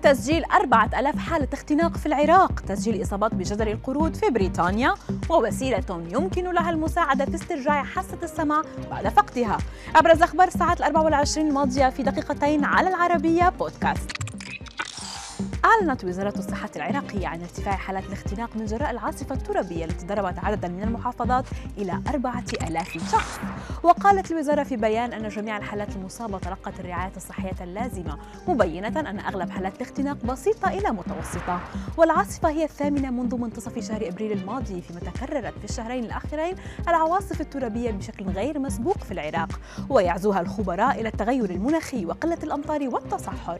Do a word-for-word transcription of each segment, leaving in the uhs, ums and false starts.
تسجيل أربعة آلاف حالة اختناق في العراق، تسجيل إصابات بجدري القرود في بريطانيا، ووسيلة يمكن لها المساعدة في استرجاع حاسة السمع بعد فقدها. أبرز أخبار الساعات الأربع والعشرين الماضية في دقيقتين على العربية بودكاست. أعلنت وزارة الصحة العراقية عن ارتفاع حالات الاختناق من جراء العاصفة الترابية التي ضربت عددا من المحافظات إلى أربعة آلاف شخص. وقالت الوزارة في بيان أن جميع الحالات المصابة تلقت الرعاية الصحية اللازمة، مبينة أن أغلب حالات الاختناق بسيطة إلى متوسطة. والعاصفة هي الثامنة منذ منتصف شهر أبريل الماضي، فيما تكررت في الشهرين الأخيرين العواصف الترابية بشكل غير مسبوق في العراق، ويعزوها الخبراء إلى التغير المناخي وقلة الأمطار والتصحر.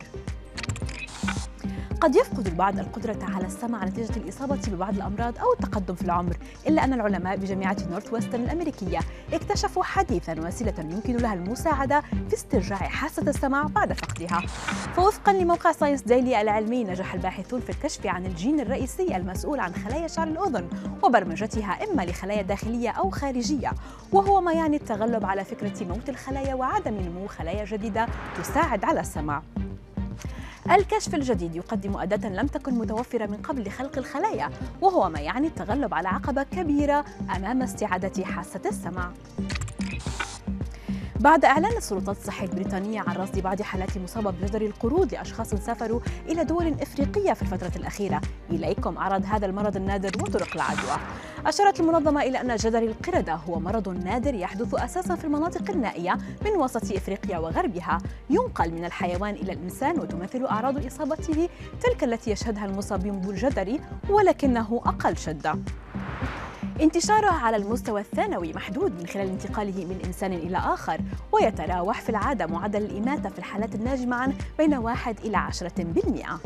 قد يفقد البعض القدرة على السمع نتيجة الإصابة ببعض الأمراض أو التقدم في العمر، إلا أن العلماء بجامعة نورث ويسترن الأمريكية اكتشفوا حديثاً وسيلة يمكن لها المساعدة في استرجاع حاسة السمع بعد فقدها. فوفقاً لموقع ساينس ديلي العلمي، نجح الباحثون في الكشف عن الجين الرئيسي المسؤول عن خلايا شعر الأذن وبرمجتها إما لخلايا داخلية أو خارجية، وهو ما يعني التغلب على فكرة موت الخلايا وعدم نمو خلايا جديدة تساعد على السمع. الكشف الجديد يقدم أداة لم تكن متوفرة من قبل لخلق الخلايا، وهو ما يعني التغلب على عقبة كبيرة أمام استعادة حاسة السمع. بعد إعلان السلطات الصحية البريطانية عن رصد بعض حالات مصابة بجدري القرود لأشخاص سافروا إلى دول إفريقية في الفترة الأخيرة، إليكم أعراض هذا المرض النادر وطرق العدوى. أشارت المنظمة إلى أن جدري القردة هو مرض نادر يحدث أساساً في المناطق النائية من وسط إفريقيا وغربها، ينقل من الحيوان إلى الإنسان، وتمثل أعراض إصابته تلك التي يشهدها المصابين بالجدري ولكنه أقل شدة. انتشاره على المستوى الثانوي محدود من خلال انتقاله من إنسان إلى آخر، ويتراوح في العادة معدل الإماتة في الحالات الناجمة عنه بين واحد إلى عشرة بالمئة.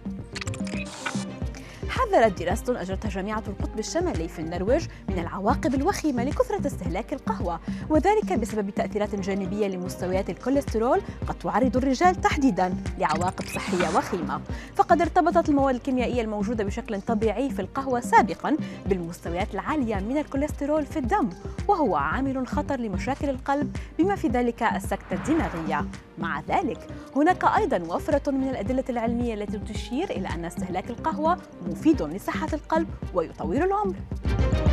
حذرت دراسة أجرتها جامعة القطب الشمالي في النرويج من العواقب الوخيمة لكثرة استهلاك القهوة، وذلك بسبب تأثيرات جانبية لمستويات الكوليسترول قد تعرض الرجال تحديداً لعواقب صحية وخيمة. فقد ارتبطت المواد الكيميائية الموجودة بشكل طبيعي في القهوة سابقاً بالمستويات العالية من الكوليسترول في الدم، وهو عامل خطر لمشاكل القلب بما في ذلك السكتة الدماغية. مع ذلك هناك أيضاً وفرة من الأدلة العلمية التي تشير إلى أن استهلاك القهوة مفيد لصحة القلب ويطول العمر.